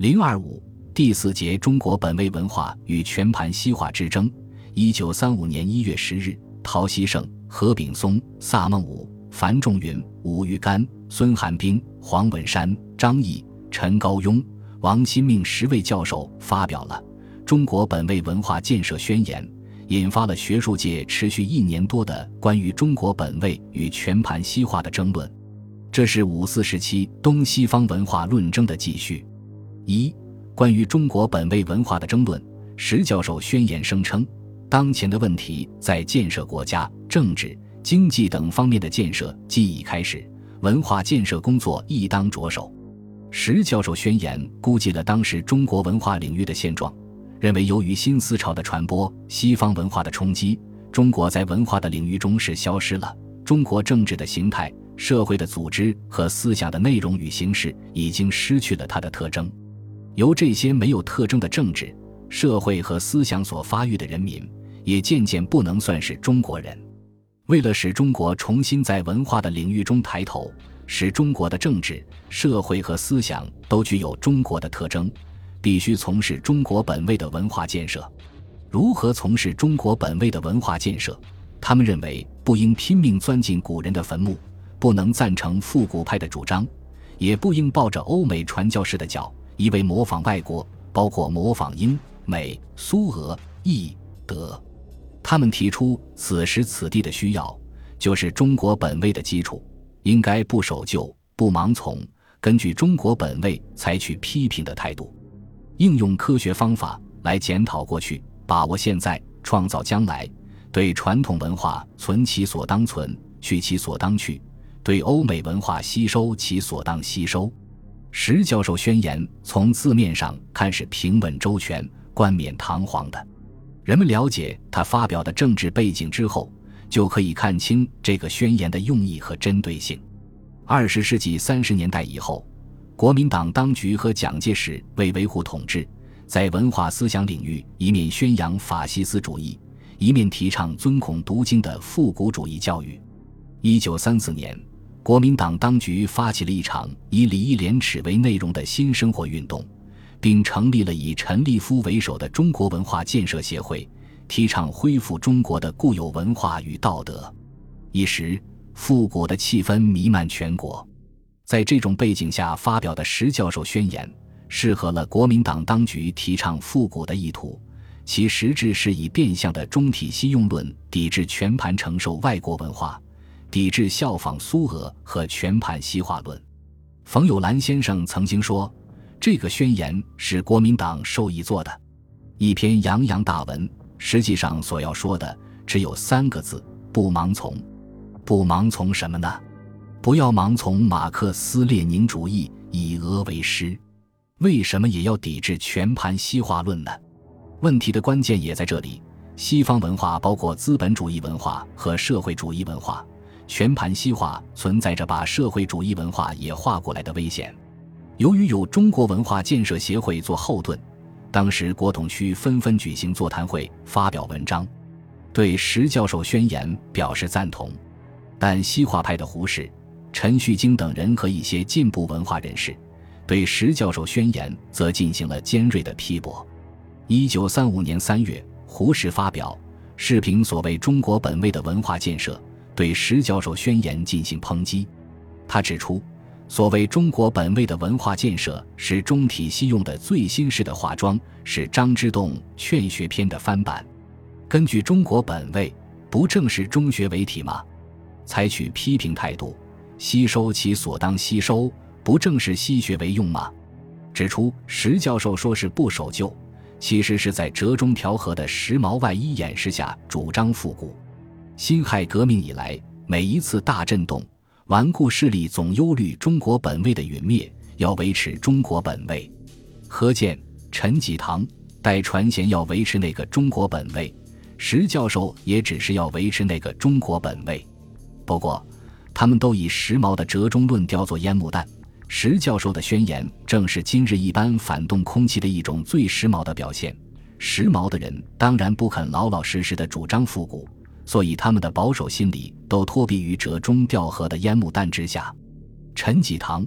025第4节中国本位文化与全盘西化之争。1935年1月10日，陶希圣、何炳松、萨孟武、樊仲云、吴玉干、孙寒冰、黄文山、张毅、陈高庸、王新命10位教授发表了《中国本位文化建设宣言》，引发了学术界持续1年多的关于中国本位与全盘西化的争论。这是5·4时期东西方文化论争的继续。关于中国本位文化的争论，石教授宣言声称，当前的问题在建设国家、政治、经济等方面的建设既已开始，文化建设工作亦当着手。石教授宣言估计了当时中国文化领域的现状，认为由于新思潮的传播、西方文化的冲击，中国在文化的领域中是消失了，中国政治的形态、社会的组织和思想的内容与形式已经失去了它的特征。由这些没有特征的政治、社会和思想所发育的人民，也渐渐不能算是中国人。为了使中国重新在文化的领域中抬头，使中国的政治、社会和思想都具有中国的特征，必须从事中国本位的文化建设。如何从事中国本位的文化建设？他们认为不应拼命钻进古人的坟墓，不能赞成复古派的主张，也不应抱着欧美传教士的脚，一味模仿外国，包括模仿英、美、苏、俄、意、德。他们提出此时此地的需要，就是中国本位的基础，应该不守旧、不盲从，根据中国本位采取批评的态度，应用科学方法来检讨过去，把握现在，创造将来，对传统文化存其所当存，去其所当去，对欧美文化吸收其所当吸收。石教授宣言从字面上看是平稳周全、冠冕堂皇的，人们了解他发表的政治背景之后，就可以看清这个宣言的用意和针对性。20世纪30年代以后，国民党当局和蒋介石为维护统治，在文化思想领域一面宣扬法西斯主义，一面提倡尊孔读经的复古主义教育。1934年，国民党当局发起了一场以礼义廉耻为内容的新生活运动，并成立了以陈立夫为首的中国文化建设协会，提倡恢复中国的固有文化与道德。一时，复古的气氛弥漫全国。在这种背景下发表的石教授宣言，适合了国民党当局提倡复古的意图，其实质是以变相的中体西用论抵制全盘承受外国文化，抵制效仿苏俄和全盘西化论。冯友兰先生曾经说，这个宣言是国民党授意做的一篇洋洋大文，实际上所要说的只有3个字：不盲从。不盲从什么呢？不要盲从马克思列宁主义，以俄为师。为什么也要抵制全盘西化论呢？问题的关键也在这里。西方文化包括资本主义文化和社会主义文化，全盘西化存在着把社会主义文化也划过来的危险。由于有中国文化建设协会做后盾，当时国统区纷纷举行座谈会，发表文章，对石教授宣言表示赞同。但西化派的胡适、陈旭京等人和一些进步文化人士对石教授宣言则进行了尖锐的批驳。1935年3月，胡适发表视频所谓中国本位的文化建设，对石教授宣言进行抨击。他指出，所谓中国本位的文化建设是中体西用的最新式的化妆，是张之洞《劝学篇》的翻版。根据中国本位，不正是中学为体吗？采取批评态度，吸收其所当吸收，不正是西学为用吗？指出石教授说是不守旧，其实是在折中调和的时髦外衣掩饰下主张复古。辛亥革命以来，每一次大震动，顽固势力总忧虑中国本位的陨灭，要维持中国本位。何键、陈济棠、戴传贤要维持那个中国本位，石教授也只是要维持那个中国本位。不过他们都以时髦的折中论调作烟幕弹，石教授的宣言正是今日一般反动空气的一种最时髦的表现。时髦的人当然不肯老老实实的主张复古，所以他们的保守心理都托庇于折中调和的烟幕弹之下。陈济棠、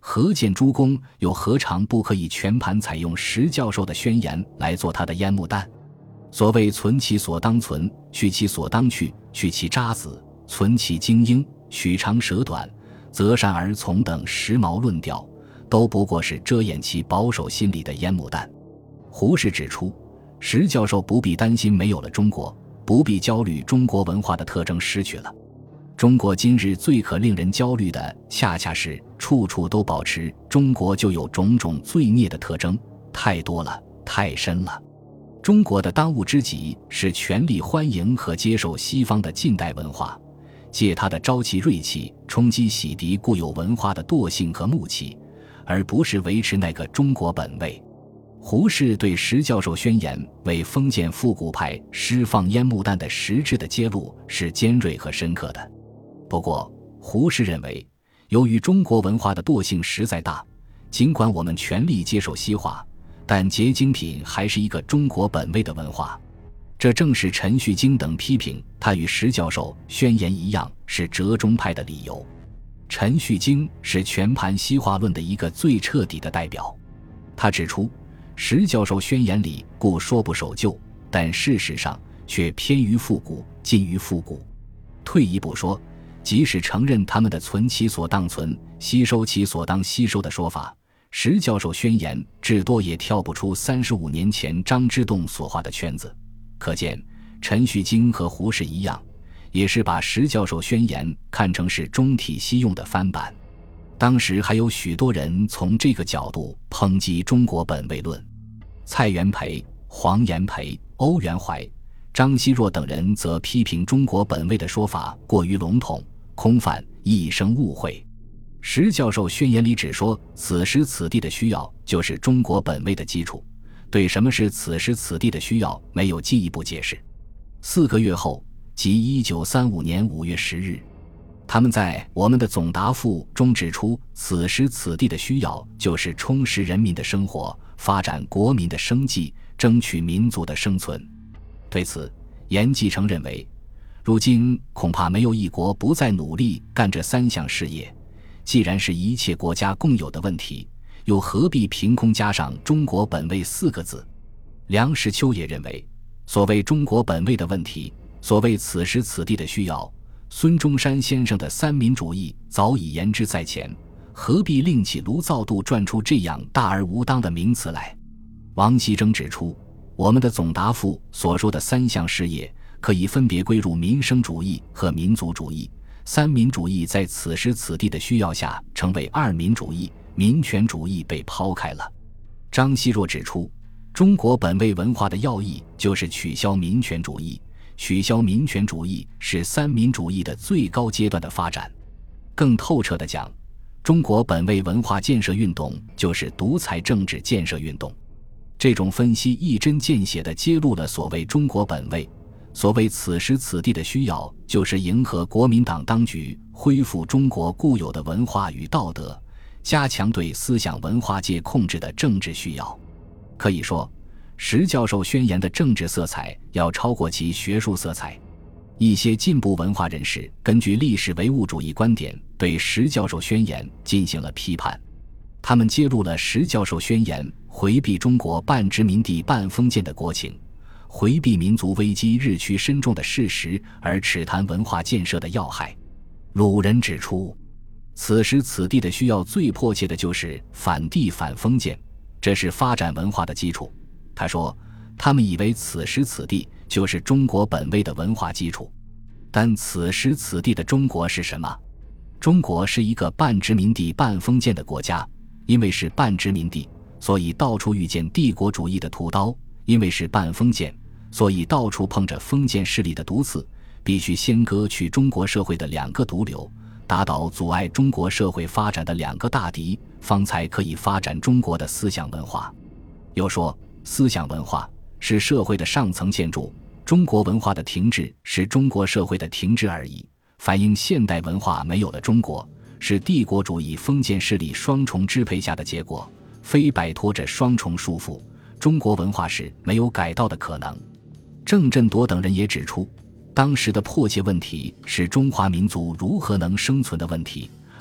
何见诸公又何尝不可以全盘采用石教授的宣言来做他的烟幕弹？所谓存其所当存，去其所当去，去其渣滓，存其精英，取长舍短，择善而从等时髦论调，都不过是遮掩其保守心理的烟幕弹。胡适指出，石教授不必担心没有了中国，不必焦虑中国文化的特征失去了。中国今日最可令人焦虑的，恰恰是处处都保持中国就有种种罪孽的特征，太多了，太深了。中国的当务之急是全力欢迎和接受西方的近代文化，借它的朝气锐气冲击洗涤固有文化的惰性和木气，而不是维持那个中国本位。胡适对石教授宣言为封建复古派释放烟幕弹的实质的揭露是尖锐和深刻的。不过，胡适认为，由于中国文化的惰性实在大，尽管我们全力接受西化，但结晶品还是一个中国本位的文化。这正是陈旭京等批评他与石教授宣言一样是折中派的理由。陈旭京是全盘西化论的一个最彻底的代表。他指出，石教授宣言里故说不守旧，但事实上却偏于复古，近于复古。退一步说，即使承认他们的存其所当存，吸收其所当吸收的说法，石教授宣言至多也跳不出35年前张之洞所画的圈子。可见陈旭京和胡适一样，也是把石教授宣言看成是中体西用的翻版。当时还有许多人从这个角度抨击中国本位论，蔡元培、黄炎培、欧元怀、张奚若等人则批评中国本位的说法过于笼统空泛，易生误会。石教授宣言里只说此时此地的需要就是中国本位的基础，对什么是此时此地的需要没有进一步解释。4个月后，即1935年5月10日，他们在我们的总答复中指出，此时此地的需要就是充实人民的生活，发展国民的生计，争取民族的生存。对此，严继承认为，如今恐怕没有一国不再努力干这3项事业，既然是一切国家共有的问题，又何必凭空加上中国本位4个字？梁实秋也认为，所谓中国本位的问题，所谓此时此地的需要，孙中山先生的三民主义早已言之在前，何必另起炉灶度转出这样大而无当的名词来？王锡征指出，我们的总答复所说的3项事业可以分别归入民生主义和民族主义，三民主义在此时此地的需要下成为二民主义，民权主义被抛开了。张奚若指出，中国本位文化的要义就是取消民权主义，取消民权主义是三民主义的最高阶段的发展。更透彻地讲，中国本位文化建设运动就是独裁政治建设运动。这种分析一针见血地揭露了所谓中国本位，所谓此时此地的需要，就是迎合国民党当局恢复中国固有的文化与道德，加强对思想文化界控制的政治需要。可以说，石教授宣言的政治色彩要超过其学术色彩。一些进步文化人士根据历史唯物主义观点对石教授宣言进行了批判，他们揭露了石教授宣言回避中国半殖民地半封建的国情，回避民族危机日趋深重的事实，而只谈文化建设的要害。鲁人指出，此时此地的需要最迫切的就是反帝反封建，这是发展文化的基础。他说，他们以为此时此地就是中国本位的文化基础，但此时此地的中国是什么？中国是一个半殖民地半封建的国家，因为是半殖民地，所以到处遇见帝国主义的屠刀，因为是半封建，所以到处碰着封建势力的毒刺，必须先割去中国社会的2个毒瘤，打倒阻碍中国社会发展的2个大敌，方才可以发展中国的思想文化。又说，思想文化是社会的上层建筑，中国文化的停滞是中国社会的停滞而已，反映现代文化没有了中国，是帝国主义封建势力双重支配下的结果，非摆脱这双重束缚，中国文化是没有改道的可能。郑振铎等人也指出，当时的迫切问题是中华民族如何能生存的问题，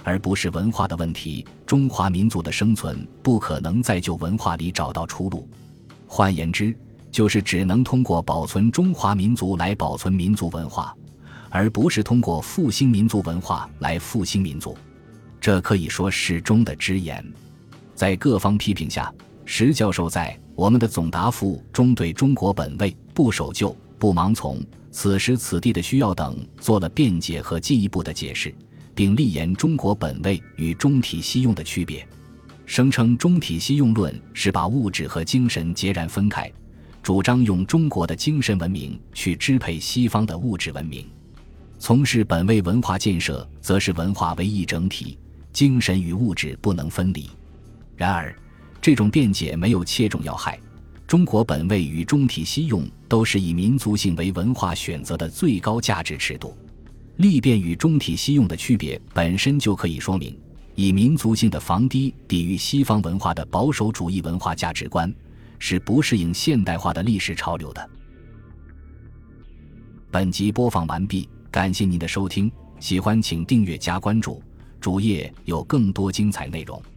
而不是文化的问题，中华民族的生存不可能在旧文化里找到出路。换言之，就是只能通过保存中华民族来保存民族文化，而不是通过复兴民族文化来复兴民族。这可以说是中的之言。在各方批评下，石教授在《我们的总答复》中对中国本位、不守旧、不盲从、此时此地的需要等做了辩解和进一步的解释，并立言中国本位与中体西用的区别，声称中体西用论是把物质和精神截然分开，主张用中国的精神文明去支配西方的物质文明。从事本位文化建设，则是文化为一整体，精神与物质不能分离。然而，这种辩解没有切中要害。中国本位与中体西用都是以民族性为文化选择的最高价值尺度。立辩与中体西用的区别本身就可以说明，以民族性的防低抵御西方文化的保守主义文化价值观，是不适应现代化的历史潮流的。本集播放完毕，感谢您的收听，喜欢请订阅加关注，主页有更多精彩内容。